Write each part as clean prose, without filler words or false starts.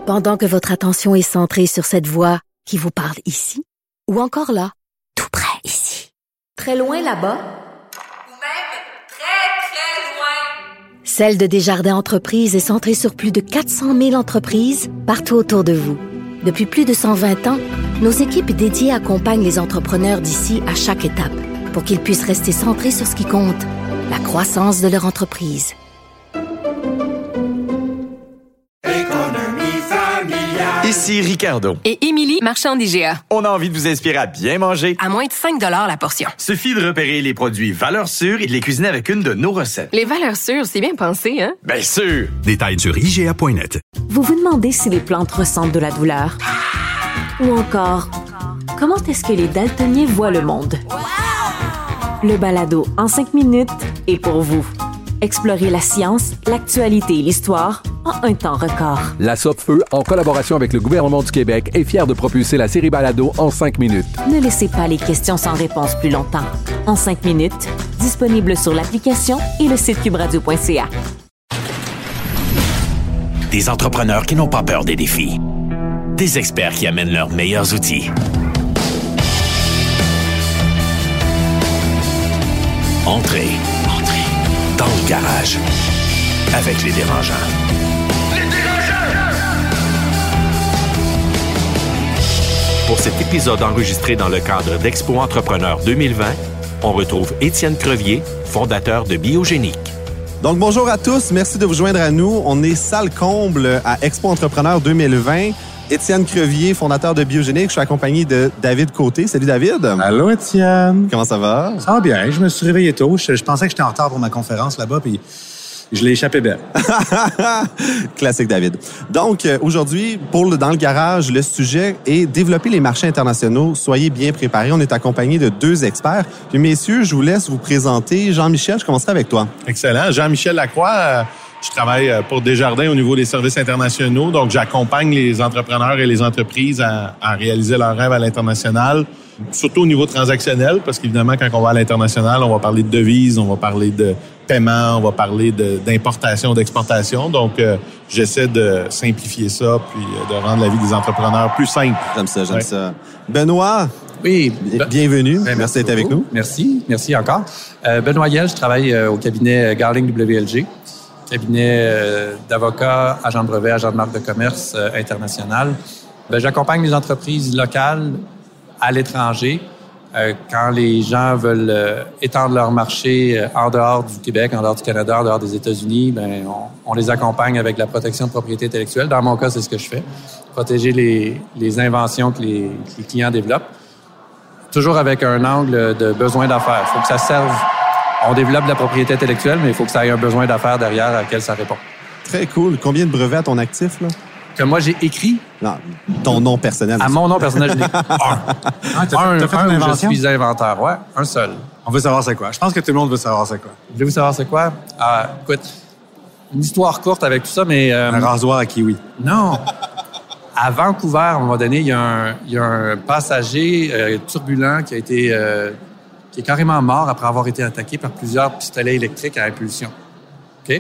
Pendant que votre attention est centrée sur cette voix qui vous parle ici, ou encore là, tout près ici, très loin là-bas, ou même très, très loin. Celle de Desjardins Entreprises est centrée sur plus de 400 000 entreprises partout autour de vous. Depuis plus de 120 ans, nos équipes dédiées accompagnent les entrepreneurs d'ici à chaque étape pour qu'ils puissent rester centrés sur ce qui compte, la croissance de leur entreprise. Ici Ricardo. Et Émilie, marchand d'IGA. On a envie de vous inspirer à bien manger. À moins de 5 $ la portion. Suffit de repérer les produits valeurs sûres et de les cuisiner avec une de nos recettes. Les valeurs sûres, c'est bien pensé, hein? Bien sûr! Détails sur IGA.net. Vous vous demandez si les plantes ressentent de la douleur? Ou encore, comment est-ce que les daltoniens voient le monde? Le balado en 5 minutes est pour vous. Explorez la science, l'actualité et l'histoire en un temps record. La Sopfeu, en collaboration avec le gouvernement du Québec, est fière de propulser la série Balado en 5 minutes. Ne laissez pas les questions sans réponse plus longtemps. En 5 minutes, disponible sur l'application et le site cubradio.ca. Des entrepreneurs qui n'ont pas peur des défis. Des experts qui amènent leurs meilleurs outils. Entrez dans le garage avec les dérangeants. Pour cet épisode enregistré dans le cadre d'Expo Entrepreneur 2020, on retrouve Étienne Crevier, fondateur de Biogénique. Donc, bonjour à tous. Merci de vous joindre à nous. On est salle comble à Expo Entrepreneur 2020. Étienne Crevier, fondateur de Biogénique. Je suis accompagné de David Côté. Salut, David. Allô, Étienne. Comment ça va? Ça va bien. Je me suis réveillé tôt. Je pensais que j'étais en retard pour ma conférence là-bas, puis je l'ai échappé belle. Classique, David. Donc, aujourd'hui, dans le garage, le sujet est développer les marchés internationaux. Soyez bien préparés. On est accompagné de 2 experts. Puis, messieurs, je vous laisse vous présenter. Jean-Michel, je commencerai avec toi. Excellent. Jean-Michel Lacroix. Je travaille pour Desjardins au niveau des services internationaux. Donc, j'accompagne les entrepreneurs et les entreprises à réaliser leurs rêves à l'international, surtout au niveau transactionnel, parce qu'évidemment, quand on va à l'international, on va parler de devises, on va parler de paiement, on va parler d'importation, d'exportation. Donc, j'essaie de simplifier ça puis de rendre la vie des entrepreneurs plus simple. J'aime ça. Benoît. Oui. Bienvenue. Merci d'être avec nous. Merci encore. Benoît Yel, je travaille au cabinet Garling WLG. Cabinet d'avocats, agent de brevet, agent de marque de commerce international. J'accompagne les entreprises locales à l'étranger quand les gens veulent étendre leur marché en dehors du Québec, en dehors du Canada, en dehors des États-Unis. On les accompagne avec la protection de propriété intellectuelle. Dans mon cas, c'est ce que je fais. Protéger les inventions que les clients développent. Toujours avec un angle de besoin d'affaires. Il faut que ça serve. On développe de la propriété intellectuelle, mais il faut que ça ait un besoin d'affaires derrière à laquel ça répond. Très cool. Combien de brevets à ton actif, là? Que moi, j'ai écrit? Non, ton nom personnel. À mon nom personnel, j'ai écrit un. T'as fait une invention? Je suis inventeur, ouais. Un seul. On veut savoir c'est quoi. Je pense que tout le monde veut savoir c'est quoi. Voulez-vous savoir c'est quoi? Écoute, une histoire courte avec tout ça, mais... un rasoir à kiwi. Non. À Vancouver, à un moment donné, il y a un passager turbulent qui est carrément mort après avoir été attaqué par plusieurs pistolets électriques à impulsion. OK?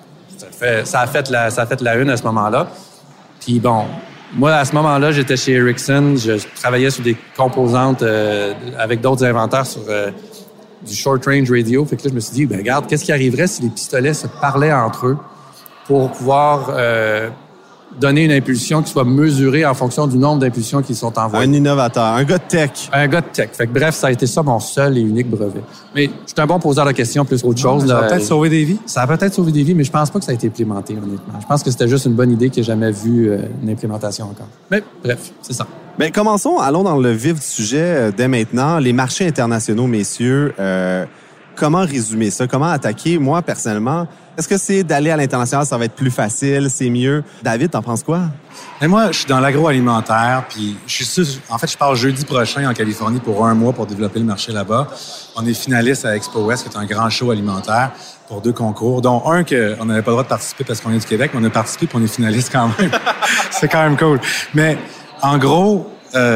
Ça a fait la une à ce moment-là. Puis bon, moi, à ce moment-là, j'étais chez Ericsson. Je travaillais sur des composantes avec d'autres inventaires sur du short range radio. Fait que là, je me suis dit, regarde, qu'est-ce qui arriverait si les pistolets se parlaient entre eux pour pouvoir donner une impulsion qui soit mesurée en fonction du nombre d'impulsions qui sont envoyées. Un innovateur, un gars de tech. Un gars de tech. Fait que bref, ça a été ça mon seul et unique brevet. Mais je suis un bon poseur de questions plus qu'autre chose. Ça a peut-être sauvé des vies. Ça a peut-être sauvé des vies, mais je pense pas que ça a été implémenté, honnêtement. Je pense que c'était juste une bonne idée qui n'a jamais vu une implémentation encore. Mais bref, c'est ça. Bien, commençons, allons dans le vif du sujet dès maintenant. Les marchés internationaux, messieurs, comment résumer ça? Comment attaquer? Moi, personnellement, est-ce que c'est d'aller à l'international, ça va être plus facile, c'est mieux? David, t'en penses quoi? Et moi, je suis dans l'agroalimentaire, puis je pars jeudi prochain en Californie pour 1 mois pour développer le marché là-bas. On est finaliste à Expo West, qui est un grand show alimentaire, pour 2 concours, dont un qu'on n'avait pas le droit de participer parce qu'on est du Québec, mais on a participé puis on est finaliste quand même. C'est quand même cool. Mais en gros,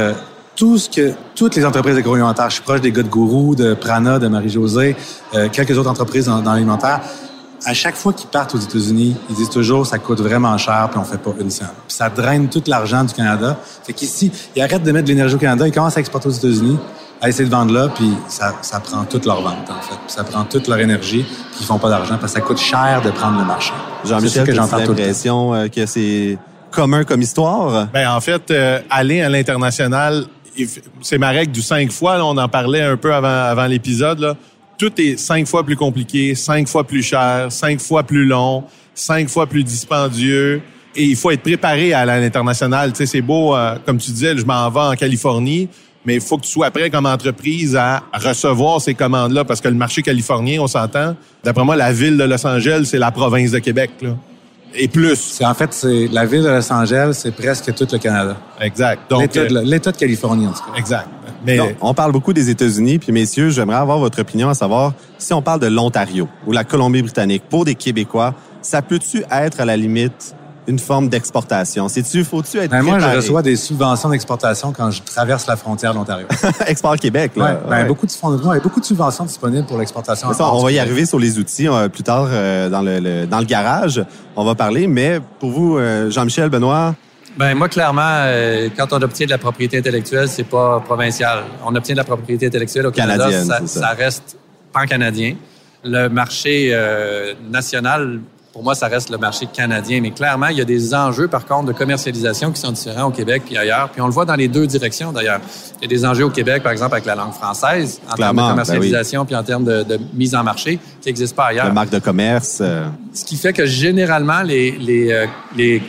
toutes les entreprises agroalimentaires, je suis proche des gars de Gourou, de Prana, de Marie-Josée, quelques autres entreprises dans l'alimentaire, à chaque fois qu'ils partent aux États-Unis, ils disent toujours ça coûte vraiment cher puis on fait pas une scène. Puis ça draine tout l'argent du Canada. Fait qu'ici, ils arrêtent de mettre de l'énergie au Canada, ils commencent à exporter aux États-Unis, à essayer de vendre là, puis ça prend toute leur vente, en fait. Puis ça prend toute leur énergie, puis ils font pas d'argent parce que ça coûte cher de prendre le marché. Jean-Michel, que j'entends l'impression que c'est commun comme histoire? Ben en fait, aller à l'international, c'est ma règle du 5 fois. Là, on en parlait un peu avant l'épisode. Là. Tout est 5 fois plus compliqué, 5 fois plus cher, 5 fois plus long, 5 fois plus dispendieux. Et il faut être préparé à aller à l'international. Tu sais, c'est beau, comme tu disais, je m'en vais en Californie, mais il faut que tu sois prêt comme entreprise à recevoir ces commandes-là parce que le marché californien, on s'entend, d'après moi, la ville de Los Angeles, c'est la province de Québec, là. Et plus. C'est la ville de Los Angeles, c'est presque tout le Canada. Exact. Donc, l'État de Californie, en tout cas. Exact. Mais donc, on parle beaucoup des États-Unis, puis messieurs, j'aimerais avoir votre opinion à savoir si on parle de l'Ontario ou la Colombie-Britannique, pour des Québécois, ça peut-tu être à la limite une forme d'exportation? Faut-tu être préparé? Moi, je reçois des subventions d'exportation quand je traverse la frontière de l'Ontario. Export Québec, là. Ouais. Beaucoup de subventions disponibles pour l'exportation. Ça, on va y arriver sur les outils plus tard dans le garage. On va parler, mais pour vous, Jean-Michel, Benoît... Ben moi, clairement, quand on obtient de la propriété intellectuelle, c'est pas provincial. On obtient de la propriété intellectuelle au Canada, ça reste pan-canadien. Le marché national, pour moi, ça reste le marché canadien. Mais clairement, il y a des enjeux, par contre, de commercialisation qui sont différents au Québec puis ailleurs. Puis on le voit dans les deux directions, d'ailleurs. Il y a des enjeux au Québec, par exemple, avec la langue française, en termes de commercialisation puis en termes de mise en marché, qui n'existe pas ailleurs. La marque de commerce. Ce qui fait que, généralement, les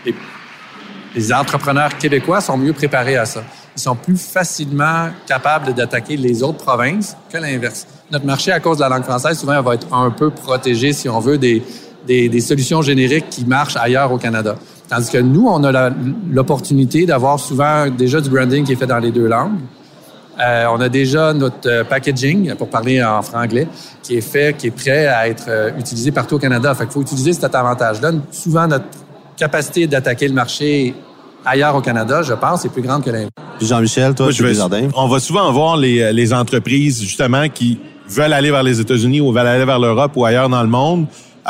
entrepreneurs québécois sont mieux préparés à ça. Ils sont plus facilement capables d'attaquer les autres provinces que l'inverse. Notre marché, à cause de la langue française, souvent, va être un peu protégé, si on veut, des solutions génériques qui marchent ailleurs au Canada. Tandis que nous, on a l'opportunité d'avoir souvent déjà du branding qui est fait dans les deux langues. On a déjà notre packaging, pour parler en franglais, qui est fait, qui est prêt à être utilisé partout au Canada. Fait qu'il faut utiliser cet avantage-là. Souvent, notre capacité d'attaquer le marché ailleurs au Canada, je pense, est plus grande que l'inverse. Jean-Michel, toi, tu Desjardins. On va souvent voir les entreprises, justement, qui veulent aller vers les États-Unis ou veulent aller vers l'Europe ou ailleurs dans le monde,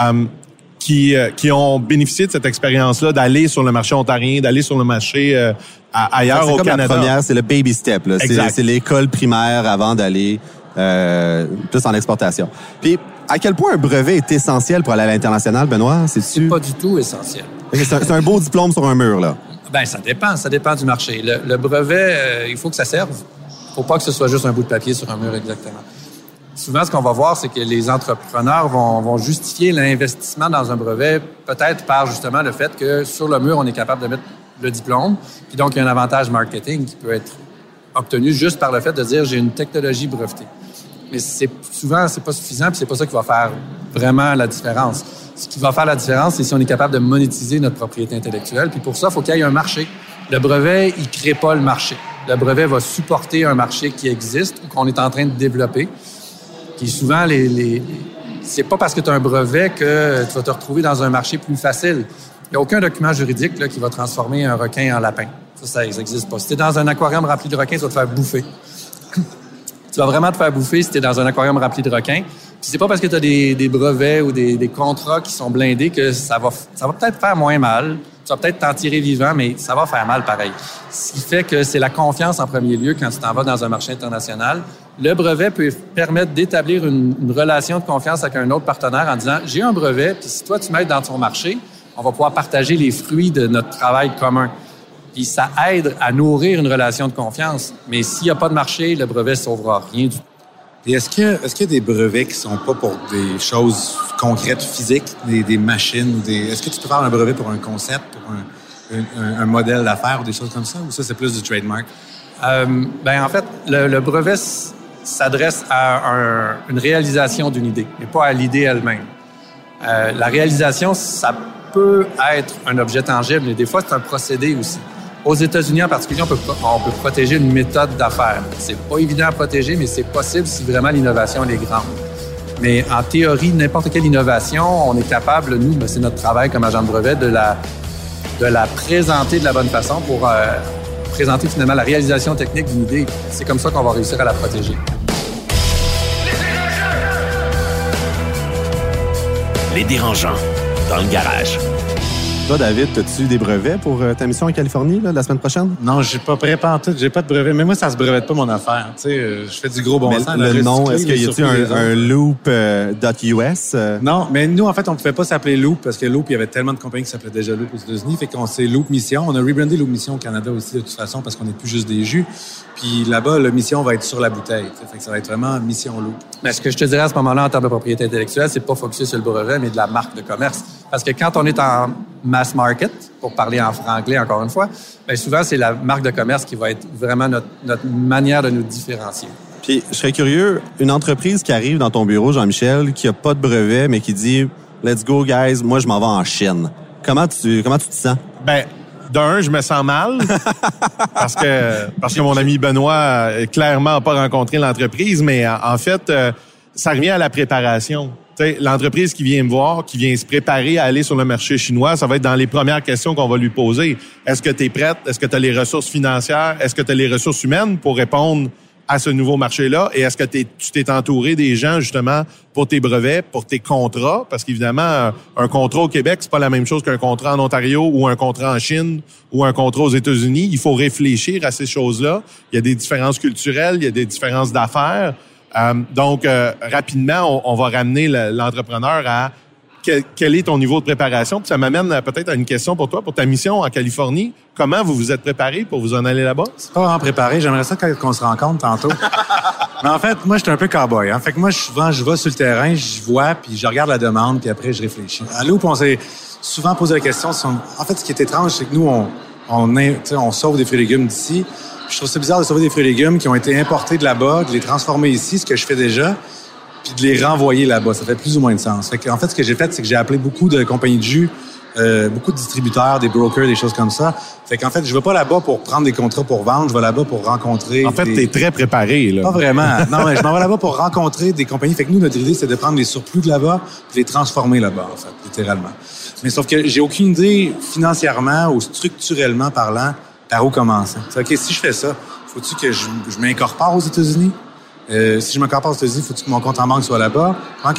qui ont bénéficié de cette expérience-là d'aller sur le marché ontarien, d'aller sur le marché ailleurs au Canada. C'est comme la première, c'est le baby step. Là. C'est l'école primaire avant d'aller plus en exportation. Puis, à quel point un brevet est essentiel pour aller à l'international, Benoît? C'est pas du tout essentiel. C'est un beau diplôme sur un mur, là. Ben, ça dépend du marché. Le brevet, il faut que ça serve. Il faut pas que ce soit juste un bout de papier sur un mur, exactement. Souvent, ce qu'on va voir, c'est que les entrepreneurs vont justifier l'investissement dans un brevet, peut-être par justement le fait que sur le mur, on est capable de mettre le diplôme. Puis donc, il y a un avantage marketing qui peut être obtenu juste par le fait de dire j'ai une technologie brevetée. Mais souvent, c'est pas suffisant, puis c'est pas ça qui va faire vraiment la différence. Ce qui va faire la différence, c'est si on est capable de monétiser notre propriété intellectuelle. Puis pour ça, il faut qu'il y ait un marché. Le brevet, il crée pas le marché. Le brevet va supporter un marché qui existe ou qu'on est en train de développer. Puis souvent, c'est pas parce que tu as un brevet que tu vas te retrouver dans un marché plus facile. Il n'y a aucun document juridique là, qui va transformer un requin en lapin. Ça n'existe pas. Si tu es dans un aquarium rempli de requins, tu vas te faire bouffer. Tu vas vraiment te faire bouffer si tu es dans un aquarium rempli de requins. Puis c'est pas parce que tu as des brevets ou des contrats qui sont blindés que ça va peut-être faire moins mal. Tu vas peut-être t'en tirer vivant, mais ça va faire mal pareil. Ce qui fait que c'est la confiance en premier lieu quand tu t'en vas dans un marché international. Le brevet peut permettre d'établir une relation de confiance avec un autre partenaire en disant « J'ai un brevet, puis si toi tu m'aides dans ton marché, on va pouvoir partager les fruits de notre travail commun. » Puis ça aide à nourrir une relation de confiance. Mais s'il n'y a pas de marché, le brevet ne sauvera rien du tout. Et est-ce qu'il y a des brevets qui sont pas pour des choses concrètes, physiques, des machines? Est-ce que tu peux faire un brevet pour un concept, pour un modèle d'affaires ou des choses comme ça? Ou ça, c'est plus du trademark? En fait, le brevet s'adresse à une réalisation d'une idée, mais pas à l'idée elle-même. La réalisation, ça peut être un objet tangible, mais des fois, c'est un procédé aussi. Aux États-Unis en particulier, on peut protéger une méthode d'affaires. C'est pas évident à protéger, mais c'est possible si vraiment l'innovation elle est grande. Mais en théorie, n'importe quelle innovation, on est capable, nous, c'est notre travail comme agent de brevet, de la présenter de la bonne façon pour présenter finalement la réalisation technique d'une idée. C'est comme ça qu'on va réussir à la protéger. Les Dérangeants, dans le garage. Toi, David, as-tu des brevets pour ta mission en Californie là, la semaine prochaine? Non, j'ai pas préparé en tout. J'ai pas de brevet. Mais moi, ça se brevette pas mon affaire. Tu sais, je fais du gros bon mais sens. Le nom, est-ce qu'il y a un Loop.us? Non, mais nous, en fait, on ne pouvait pas s'appeler Loop parce que Loop, il y avait tellement de compagnies qui s'appelaient déjà Loop aux États-Unis. Fait qu'on s'est Loop Mission. On a rebrandé Loop Mission au Canada aussi, de toute façon, parce qu'on n'est plus juste des jus. Puis là-bas, le Mission va être sur la bouteille. Fait que ça va être vraiment Mission Loop. Mais ce que je te dirais à ce moment-là, en termes de propriété intellectuelle, c'est pas focusé sur le brevet, mais de la marque de commerce. Parce que quand on est en mass market, pour parler en franglais encore une fois, bien souvent, c'est la marque de commerce qui va être vraiment notre manière de nous différencier. Puis, je serais curieux, une entreprise qui arrive dans ton bureau, Jean-Michel, qui a pas de brevet, mais qui dit « Let's go, guys, moi, je m'en vais en Chine ». Comment tu te sens? Ben, d'un, je me sens mal parce que mon ami Benoît clairement n'a pas rencontré l'entreprise, mais en fait, ça revient à la préparation. T'sais, l'entreprise qui vient me voir, qui vient se préparer à aller sur le marché chinois, ça va être dans les premières questions qu'on va lui poser. Est-ce que tu es prête? Est-ce que tu as les ressources financières? Est-ce que tu as les ressources humaines pour répondre à ce nouveau marché-là? Et est-ce que tu t'es entouré des gens, justement, pour tes brevets, pour tes contrats? Parce qu'évidemment, un contrat au Québec, c'est pas la même chose qu'un contrat en Ontario ou un contrat en Chine ou un contrat aux États-Unis. Il faut réfléchir à ces choses-là. Il y a des différences culturelles, il y a des différences d'affaires. Donc, rapidement, on va ramener l'entrepreneur à quel est ton niveau de préparation. Puis ça m'amène peut-être à une question pour toi, pour ta mission en Californie. Comment vous vous êtes préparé pour vous en aller là-bas? C'est pas vraiment préparé. J'aimerais ça qu'on se rencontre tantôt. Mais en fait, moi, je suis un peu cow-boy. Hein. Fait que moi, je vais sur le terrain, je vois, puis je regarde la demande, puis après, je réfléchis. À Loop, on s'est souvent posé la question. En fait, ce qui est étrange, c'est que nous, on sauve des fruits et légumes d'ici. Je trouve ça bizarre de sauver des fruits et légumes qui ont été importés de là-bas, de les transformer ici, ce que je fais déjà, puis de les renvoyer là-bas. Ça fait plus ou moins de sens. Fait en fait, ce que j'ai fait, c'est que j'ai appelé beaucoup de compagnies de jus, beaucoup de distributeurs, des brokers, des choses comme ça. Fait qu'en fait, je vais pas là-bas pour prendre des contrats pour vendre, je vais là-bas pour rencontrer... En fait, t'es très préparé, là. Pas vraiment. Non, mais je m'en vais là-bas pour rencontrer des compagnies. Fait que nous, notre idée, c'est de prendre les surplus de là-bas puis les transformer là-bas, en fait, littéralement. Mais sauf que j'ai aucune idée, financièrement ou structurellement parlant, par où commencer. C'est OK, si je fais ça, faut-tu que je m'incorpore aux États-Unis? Si je m'incorpore aux États-Unis, faut-tu que mon compte en banque soit là-bas?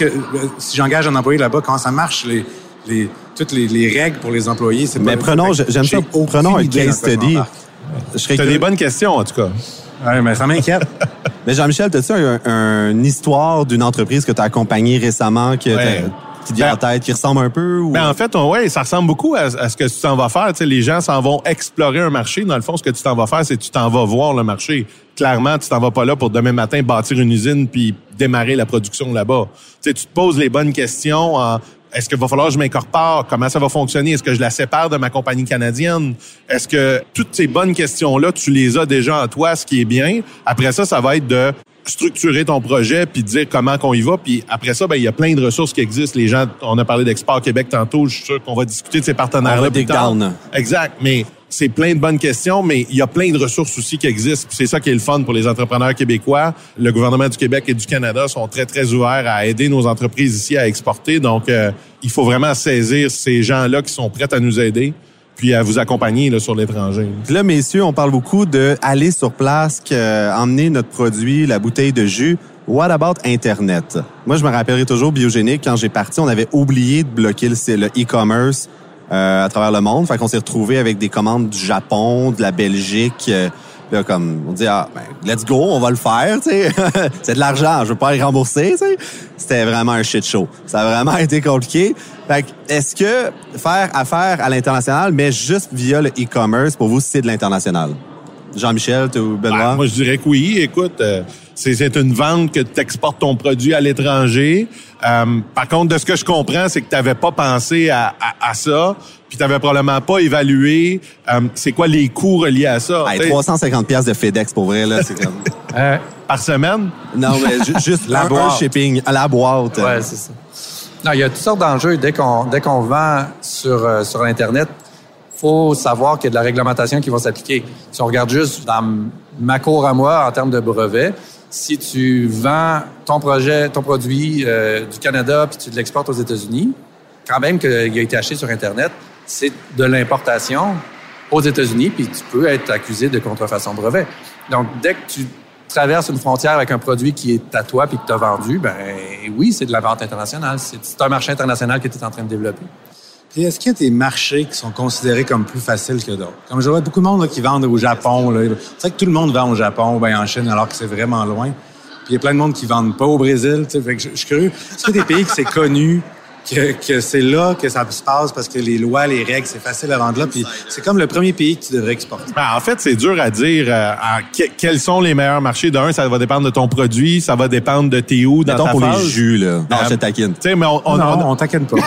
Si j'engage un employé là-bas, comment ça marche? Toutes les règles pour les employés, c'est mais pas... j'aime ça. Prenons un case study. T'as des bonnes questions, en tout cas. Oui, mais ça m'inquiète. Mais Jean-Michel, t'as-tu une histoire d'une entreprise que tu as accompagnée récemment qui te vient en tête, qui ressemble un peu? Ou... Ben, en fait, ça ressemble beaucoup à ce que tu t'en vas faire. Tu sais, les gens s'en vont explorer un marché. Dans le fond, ce que tu t'en vas faire, c'est que tu t'en vas voir le marché. Clairement, tu t'en vas pas là pour demain matin bâtir une usine puis démarrer la production là-bas. Tu sais, tu te poses les bonnes questions est-ce qu'il va falloir que je m'incorpore? Comment ça va fonctionner? Est-ce que je la sépare de ma compagnie canadienne? Est-ce que toutes ces bonnes questions-là, tu les as déjà en toi, ce qui est bien? Après ça va être de structurer ton projet puis de dire comment qu'on y va. Puis après ça, il y a plein de ressources qui existent. Les gens, on a parlé d'Export Québec tantôt. Je suis sûr qu'on va discuter de ces partenaires-là plus tard. Exact. Mais c'est plein de bonnes questions, mais il y a plein de ressources aussi qui existent. Puis c'est ça qui est le fun pour les entrepreneurs québécois. Le gouvernement du Québec et du Canada sont très, très ouverts à aider nos entreprises ici à exporter. Donc, il faut vraiment saisir ces gens-là qui sont prêts à nous aider puis à vous accompagner là, sur l'étranger. Puis là, messieurs, on parle beaucoup de aller sur place, emmener notre produit, la bouteille de jus. What about Internet? Moi, je me rappellerai toujours, Biogénique, quand j'ai parti, on avait oublié de bloquer le e-commerce à travers le monde. Fait qu'on s'est retrouvés avec des commandes du Japon, de la Belgique. Là, comme on dit, let's go, on va le faire, tu sais. C'est de l'argent, je veux pas y rembourser, tu sais. C'était vraiment un shit show. Ça a vraiment été compliqué. Fait que, est-ce que faire affaire à l'international, mais juste via le e-commerce, pour vous, c'est de l'international? Jean-Michel, ou Benoît? Moi, je dirais que oui. Écoute, c'est une vente que tu exportes ton produit à l'étranger. Par contre, de ce que je comprends, c'est que tu n'avais pas pensé à ça, puis tu n'avais probablement pas évalué c'est quoi les coûts reliés à ça. 350$ de FedEx, pour vrai, là, c'est comme... Par semaine? Non, mais juste un shipping à la boîte. Ouais, c'est ça. Non, il y a toutes sortes d'enjeux. Dès qu'on vend sur Internet, faut savoir qu'il y a de la réglementation qui va s'appliquer. Si on regarde juste dans ma cour à moi en termes de brevets, si tu vends ton produit du Canada puis tu l'exportes aux États-Unis, quand même qu'il a été acheté sur Internet, c'est de l'importation aux États-Unis puis tu peux être accusé de contrefaçon brevet. Donc, dès que tu traverses une frontière avec un produit qui est à toi puis que tu as vendu, ben oui, c'est de la vente internationale. C'est un marché international que tu es en train de développer. Et est-ce qu'il y a des marchés qui sont considérés comme plus faciles que d'autres? Comme je vois beaucoup de monde là, qui vendent au Japon. Là. C'est vrai que tout le monde vend au Japon, ben en Chine, alors que c'est vraiment loin. Puis il y a plein de monde qui vendent pas au Brésil. Fait que je suis curieux. Est-ce qu'il y a des pays que c'est connu, que c'est là que ça se passe parce que les lois, les règles, c'est facile à vendre là. Puis c'est comme le premier pays que tu devrais exporter. Ben, en fait, c'est dur à dire quels sont les meilleurs marchés. D'un, ça va dépendre de ton produit, ça va dépendre de t'es où dans ta pour phase. Les jus, là. Non, je taquine. Mais on taquine pas.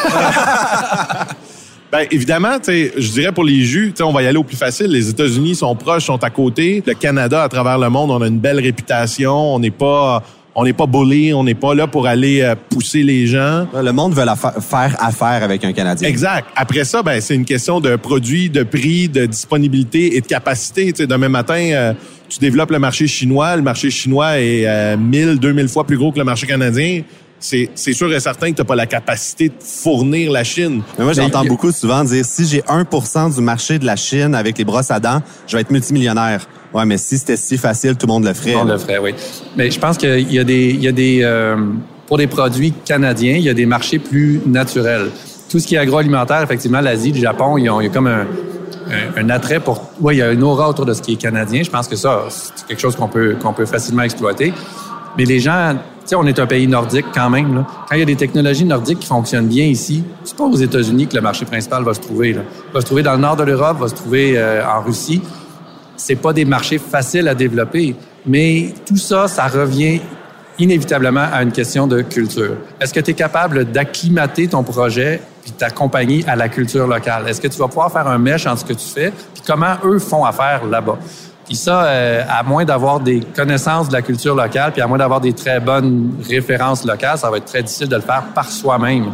Ben évidemment, je dirais pour les jus, on va y aller au plus facile. Les États-Unis sont proches, sont à côté. Le Canada, à travers le monde, on a une belle réputation. On n'est pas bully, on n'est pas là pour aller pousser les gens. Le monde veut faire affaire avec un Canadien. Exact. Après ça, ben c'est une question de produit, de prix, de disponibilité et de capacité. Demain matin, tu développes le marché chinois. Le marché chinois est 1000, 2000 fois plus gros que le marché canadien. C'est sûr et certain que tu n'as pas la capacité de fournir la Chine. Mais moi, j'entends beaucoup souvent dire, si j'ai 1% du marché de la Chine avec les brosses à dents, je vais être multimillionnaire. Ouais, mais si c'était si facile, tout le monde le ferait. Tout le monde le ferait, oui. Mais je pense qu'il y a des pour des produits canadiens, il y a des marchés plus naturels. Tout ce qui est agroalimentaire, effectivement, l'Asie, le Japon, il y a comme un attrait pour... Oui, il y a une aura autour de ce qui est canadien. Je pense que ça, c'est quelque chose qu'on peut facilement exploiter. Mais les gens... Tu sais, on est un pays nordique quand même. Là. Quand il y a des technologies nordiques qui fonctionnent bien ici, c'est pas aux États-Unis que le marché principal va se trouver. Là. Il va se trouver dans le nord de l'Europe, va se trouver en Russie. C'est pas des marchés faciles à développer, mais tout ça, ça revient inévitablement à une question de culture. Est-ce que tu es capable d'acclimater ton projet puis t'accompagner à la culture locale? Est-ce que tu vas pouvoir faire un mesh entre ce que tu fais puis comment eux font affaire là-bas? Puis ça, à moins d'avoir des connaissances de la culture locale, puis à moins d'avoir des très bonnes références locales, ça va être très difficile de le faire par soi-même.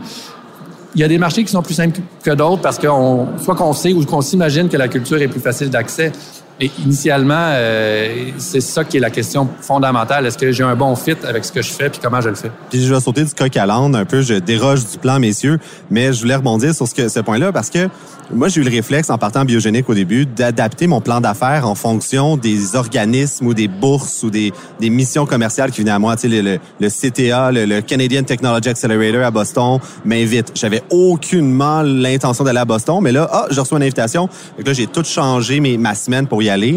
Il y a des marchés qui sont plus simples que d'autres parce soit qu'on sait ou qu'on s'imagine que la culture est plus facile d'accès. Mais initialement, c'est ça qui est la question fondamentale. Est-ce que j'ai un bon fit avec ce que je fais puis comment je le fais? Puis je vais sauter du coq à l'âne un peu. Je déroge du plan, messieurs. Mais je voulais rebondir sur ce point-là parce que moi, j'ai eu le réflexe, en partant biogénique au début, d'adapter mon plan d'affaires en fonction des organismes ou des bourses ou des missions commerciales qui venaient à moi. Tu sais, le CTA, le Canadian Technology Accelerator à Boston m'invite. J'avais aucunement l'intention d'aller à Boston, mais là, je reçois une invitation. Donc là, j'ai tout changé ma semaine pour y aller.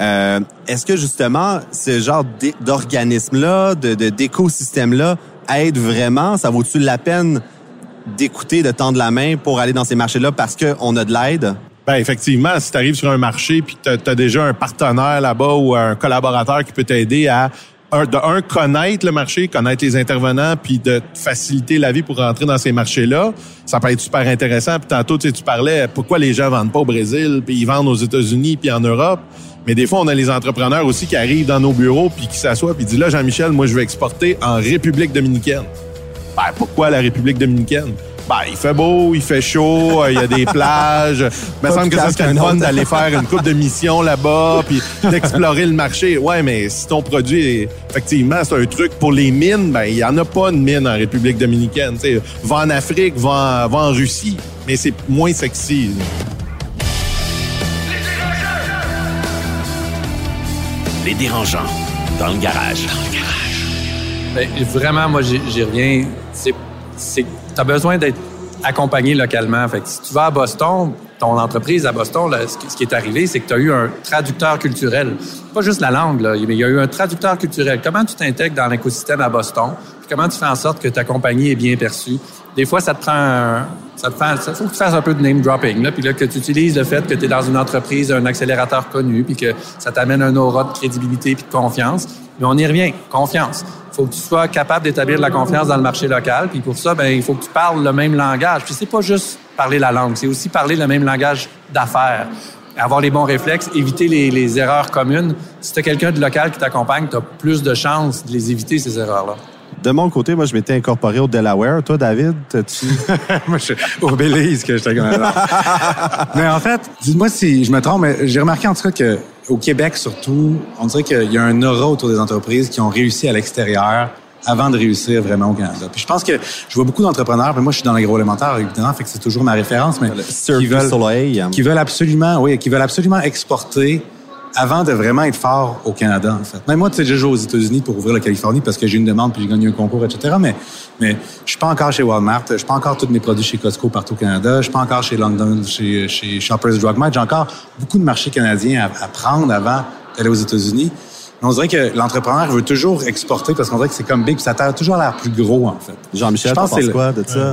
Est-ce que justement, ce genre d'organisme-là, d'écosystème-là, aide vraiment? Ça vaut-tu la peine d'écouter, de tendre la main pour aller dans ces marchés-là parce qu'on a de l'aide? Ben effectivement, si tu arrives sur un marché puis tu as déjà un partenaire là-bas ou un collaborateur qui peut t'aider à connaître le marché, connaître les intervenants, puis de te faciliter la vie pour rentrer dans ces marchés-là, ça peut être super intéressant. Puis tantôt, tu parlais pourquoi les gens vendent pas au Brésil, puis ils vendent aux États-Unis, puis en Europe. Mais des fois, on a les entrepreneurs aussi qui arrivent dans nos bureaux, puis qui s'assoient, puis disent là, Jean-Michel, moi, je veux exporter en République dominicaine. Ben, pourquoi la République dominicaine? Ben, il fait beau, il fait chaud, il y a des plages. Il me semble que ça serait le fun d'aller faire une couple de missions là-bas puis d'explorer le marché. Ouais, mais si ton produit, effectivement, c'est un truc pour les mines, ben, il y en a pas de mine en République dominicaine. T'sais, va en Afrique, va en Russie, mais c'est moins sexy. Les dérangeants, dans le garage. Ben, vraiment, moi, j'y reviens. Tu as besoin d'être accompagné localement. Fait que si tu vas à Boston, ton entreprise à Boston, là, ce qui est arrivé, c'est que tu as eu un traducteur culturel. Pas juste la langue, là, mais il y a eu un traducteur culturel. Comment tu t'intègres dans l'écosystème à Boston? Puis comment tu fais en sorte que ta compagnie est bien perçue? Des fois, ça faut que tu fasses un peu de name dropping, là, puis là, que tu utilises le fait que tu es dans une entreprise, un accélérateur connu, puis que ça t'amène un aura de crédibilité puis de confiance. Mais on y revient, confiance. Il faut que tu sois capable d'établir de la confiance dans le marché local. Puis pour ça, il faut que tu parles le même langage. Puis c'est pas juste parler la langue, c'est aussi parler le même langage d'affaires. Avoir les bons réflexes, éviter les erreurs communes. Si tu as quelqu'un de local qui t'accompagne, tu as plus de chances de les éviter, ces erreurs-là. De mon côté, moi, je m'étais incorporé au Delaware. Toi, David, t'as-tu... Moi, je suis au Belize que j'étais comme ça. Mais en fait, dites-moi si je me trompe, mais j'ai remarqué en tout cas qu'au Québec, surtout, on dirait qu'il y a un aura autour des entreprises qui ont réussi à l'extérieur avant de réussir vraiment au Canada. Puis je pense que je vois beaucoup d'entrepreneurs, mais moi, je suis dans l'agroalimentaire, évidemment, fait que c'est toujours ma référence, mais qui veulent absolument exporter avant de vraiment être fort au Canada, en fait. Même moi, tu sais, j'ai joué aux États-Unis pour ouvrir la Californie parce que j'ai une demande puis j'ai gagné un concours, etc. Mais je suis pas encore chez Walmart, je suis pas encore tous mes produits chez Costco partout au Canada, je suis pas encore chez London, chez Shoppers Drug Mart. J'ai encore beaucoup de marchés canadiens à prendre avant d'aller aux États-Unis. Mais on dirait que l'entrepreneur veut toujours exporter parce qu'on dirait que c'est comme big, puis ça a toujours l'air plus gros, en fait. Jean-Michel, tu penses quoi de ça?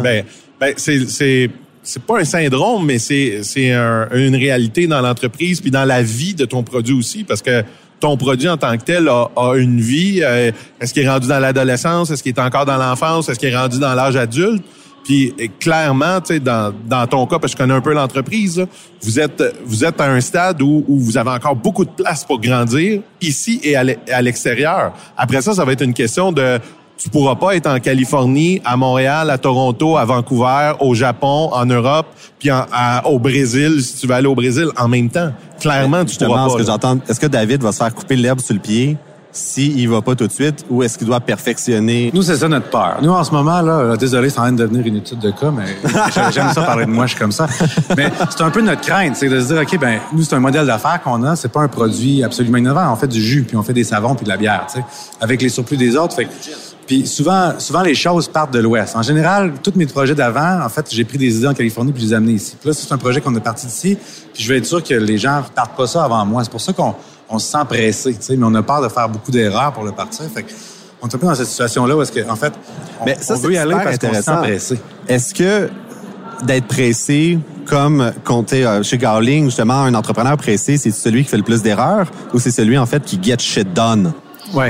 C'est pas un syndrome, mais c'est une réalité dans l'entreprise puis dans la vie de ton produit aussi, parce que ton produit en tant que tel a une vie. Est-ce qu'il est rendu dans l'adolescence? Est-ce qu'il est encore dans l'enfance? Est-ce qu'il est rendu dans l'âge adulte? Puis clairement, tu sais, dans ton cas, parce que je connais un peu l'entreprise, là, vous êtes à un stade où vous avez encore beaucoup de place pour grandir, ici et à l'extérieur. Après ça va être une question de... Tu pourras pas être en Californie, à Montréal, à Toronto, à Vancouver, au Japon, en Europe, puis au Brésil, si tu veux aller au Brésil en même temps. Clairement, tu pourras pas. Est-ce que David va se faire couper l'herbe sur le pied s'il va pas tout de suite, ou est-ce qu'il doit perfectionner? Nous, c'est ça notre peur. Nous, en ce moment, là, désolé, c'est en train de devenir une étude de cas, mais j'aime ça parler de moi, je suis comme ça. Mais c'est un peu notre crainte, c'est de se dire, OK, ben nous, c'est un modèle d'affaires qu'on a, c'est pas un produit absolument innovant. On fait du jus, puis on fait des savons, puis de la bière, tu sais, avec les surplus des autres. Puis souvent, les choses partent de l'Ouest. En général, tous mes projets d'avant, en fait, j'ai pris des idées en Californie puis je les ai amenées ici. Puis là, c'est un projet qu'on a parti d'ici. Puis je vais être sûr que les gens ne partent pas ça avant moi. C'est pour ça qu'on se sent pressé, tu sais, mais on a peur de faire beaucoup d'erreurs pour le partir. Fait qu'on est un peu dans cette situation-là où est-ce que, en fait, on veut y aller parce qu'on se sent pressé. Est-ce que d'être pressé, comme compter chez Gowling, justement, un entrepreneur pressé, c'est celui qui fait le plus d'erreurs ou c'est celui, en fait, qui get shit done? Oui,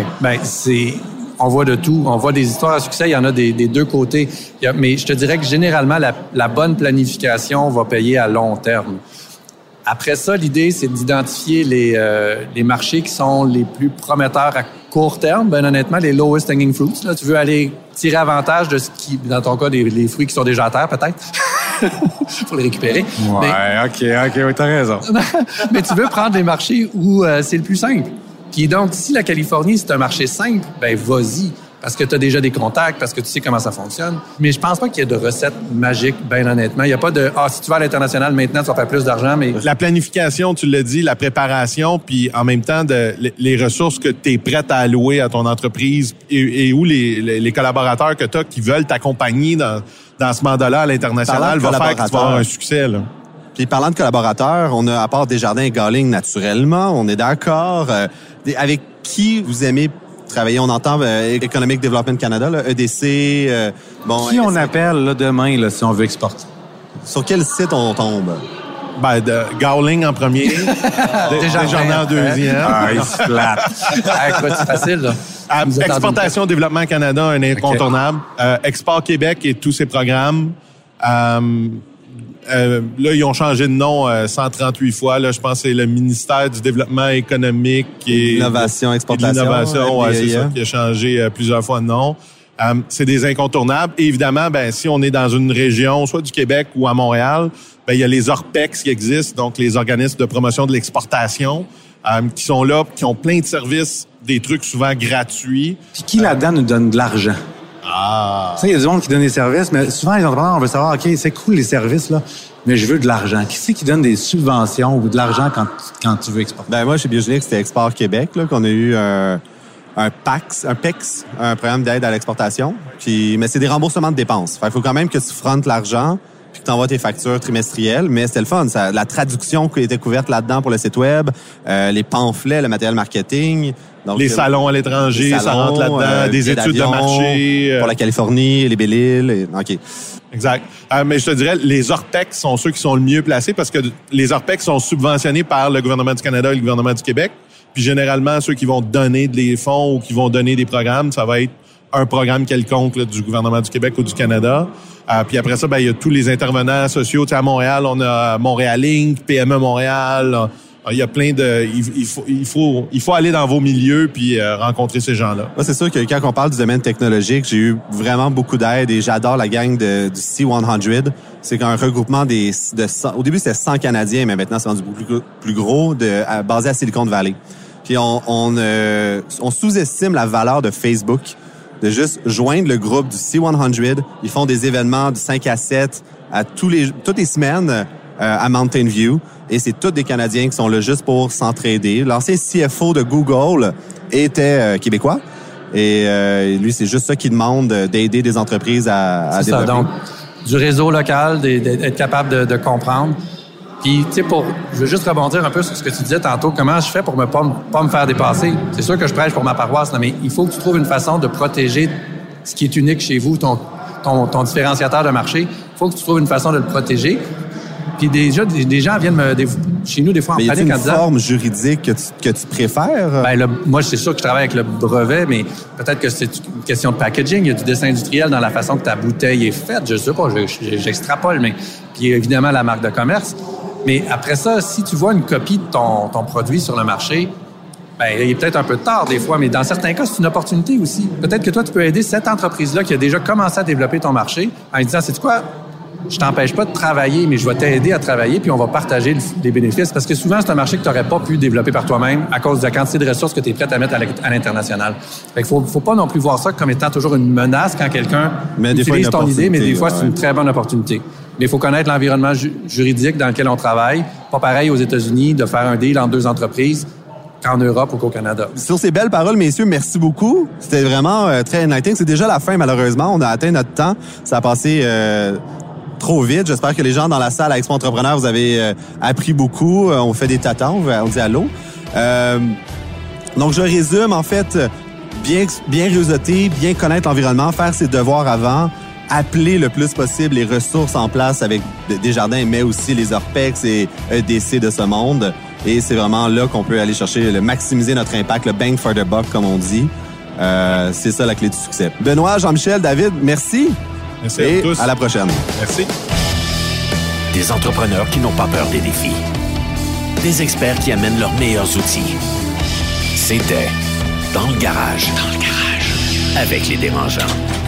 on voit de tout. On voit des histoires à succès. Il y en a des deux côtés. Mais je te dirais que généralement, la bonne planification va payer à long terme. Après ça, l'idée, c'est d'identifier les marchés qui sont les plus prometteurs à court terme. Ben honnêtement, les lowest hanging fruits. Là, tu veux aller tirer avantage de ce qui, dans ton cas, les fruits qui sont déjà à terre, peut-être. Pour les récupérer. Ouais, OK, t'as raison. Mais tu veux prendre les marchés où c'est le plus simple. Puis donc, si la Californie, c'est un marché simple, ben vas-y, parce que tu as déjà des contacts, parce que tu sais comment ça fonctionne. Mais je pense pas qu'il y ait de recettes magiques, bien honnêtement. Il n'y a pas de « si tu vas à l'international, maintenant, tu vas faire plus d'argent », mais... La planification, tu l'as dit, la préparation, puis en même temps, les ressources que tu es prête à allouer à ton entreprise et où les collaborateurs que tu as qui veulent t'accompagner dans ce mandat-là à l'international va faire que tu vas avoir un succès, là. Puis parlant de collaborateurs, on a à part Desjardins et Gowling naturellement, on est d'accord. Avec qui vous aimez travailler? On entend Economic Development Canada, là, EDC. Qui on appelle là, demain là, si on veut exporter? Sur quel site on tombe? Gowling en premier, Desjardins en deuxième. Il se flatte. Écoute, c'est facile, là. Exportation Développement Canada, un incontournable. Export Québec et tous ses programmes. Là, ils ont changé de nom 138 fois. Là, je pense que c'est le ministère du Développement économique et Innovation, exportation. L'innovation, c'est ça, qui a changé plusieurs fois de nom. C'est des incontournables. Et évidemment, si on est dans une région, soit du Québec ou à Montréal, il y a les ORPEX qui existent, donc les organismes de promotion de l'exportation, qui sont là, qui ont plein de services, des trucs souvent gratuits. Puis qui là-dedans nous donne de l'argent? Tu sais, il y a du monde qui donne des services, mais souvent, les entrepreneurs, on veut savoir, OK, c'est cool les services, là, mais je veux de l'argent. Qui c'est qui donne des subventions ou de l'argent quand tu veux exporter? Moi, chez Biogénique, c'était Export Québec, là, qu'on a eu un PEX, un programme d'aide à l'exportation. Mais c'est des remboursements de dépenses. Il faut quand même que tu frontes l'argent puis que tu envoies tes factures trimestrielles. Mais c'était le fun. La traduction qui était couverte là-dedans pour le site web, les pamphlets, le matériel marketing. Donc, les salons à l'étranger, ça rentre là-dedans, des études de marché. Pour la Californie, les Belle-Îles. OK. Exact. Mais je te dirais, les ORPEX sont ceux qui sont le mieux placés parce que les ORPEX sont subventionnés par le gouvernement du Canada et le gouvernement du Québec. Puis généralement, ceux qui vont donner des fonds ou qui vont donner des programmes, ça va être un programme quelconque là, du gouvernement du Québec ou du Canada. Puis après ça, il y a tous les intervenants sociaux. Tu sais, à Montréal, on a Montréal Inc., PME Montréal. Il y a plein de... Il faut aller dans vos milieux puis rencontrer ces gens-là. Moi, c'est sûr que quand on parle du domaine technologique, j'ai eu vraiment beaucoup d'aide et j'adore la gang du C100. C'est un regroupement au début, c'était 100 Canadiens, mais maintenant, c'est rendu beaucoup plus gros, basé à Silicon Valley. Puis on sous-estime la valeur de Facebook, de juste joindre le groupe du C100. Ils font des événements de 5 à 7 toutes les semaines à Mountain View. Et c'est tous des Canadiens qui sont là juste pour s'entraider. L'ancien CFO de Google était québécois. Et lui, c'est juste ça qu'il demande, d'aider des entreprises à développer. Ça, donc, du réseau local, d'être capable de comprendre. Puis, tu sais, je veux juste rebondir un peu sur ce que tu disais tantôt. Comment je fais pour pas me faire dépasser? C'est sûr que je prêche pour ma paroisse, là, mais il faut que tu trouves une façon de protéger ce qui est unique chez vous, ton différenciateur de marché. Il faut que tu trouves une façon de le protéger. Puis déjà, des gens viennent chez nous des fois en panique en disant... Mais y a une forme juridique que tu préfères? Moi, c'est sûr que je travaille avec le brevet, mais peut-être que c'est une question de packaging. Il y a du dessin industriel dans la façon que ta bouteille est faite. Je sais pas, j'extrapole, mais... Puis évidemment, la marque de commerce. Mais après ça, si tu vois une copie de ton produit sur le marché, il est peut-être un peu tard des fois, mais dans certains cas, c'est une opportunité aussi. Peut-être que toi, tu peux aider cette entreprise-là qui a déjà commencé à développer ton marché en lui disant, sais-tu quoi? Je t'empêche pas de travailler, mais je vais t'aider à travailler, puis on va partager les bénéfices. Parce que souvent, c'est un marché que tu n'aurais pas pu développer par toi-même à cause de la quantité de ressources que tu es prête à mettre à l'international. Fait qu'il faut pas non plus voir ça comme étant toujours une menace quand quelqu'un utilise ton idée, mais des fois, c'est une très bonne opportunité. Mais il faut connaître l'environnement juridique dans lequel on travaille. Pas pareil aux États-Unis de faire un deal entre deux entreprises qu'en Europe ou qu'au Canada. Sur ces belles paroles, messieurs, merci beaucoup. C'était vraiment très enlightening. C'est déjà la fin, malheureusement. On a atteint notre temps. Ça a passé... trop vite. J'espère que les gens dans la salle à Expo Entrepreneur, vous avez appris beaucoup. On fait des tatons, on dit allô. Donc, je résume, en fait, bien réseauter, bien connaître l'environnement, faire ses devoirs avant, appeler le plus possible les ressources en place avec Desjardins, mais aussi les Orpex et EDC de ce monde. Et c'est vraiment là qu'on peut aller chercher, maximiser notre impact, le bang for the buck, comme on dit. C'est ça la clé du succès. Benoît, Jean-Michel, David, merci. Merci à tous. À la prochaine. Merci. Des entrepreneurs qui n'ont pas peur des défis. Des experts qui amènent leurs meilleurs outils. C'était Dans le garage. Avec les dérangeants.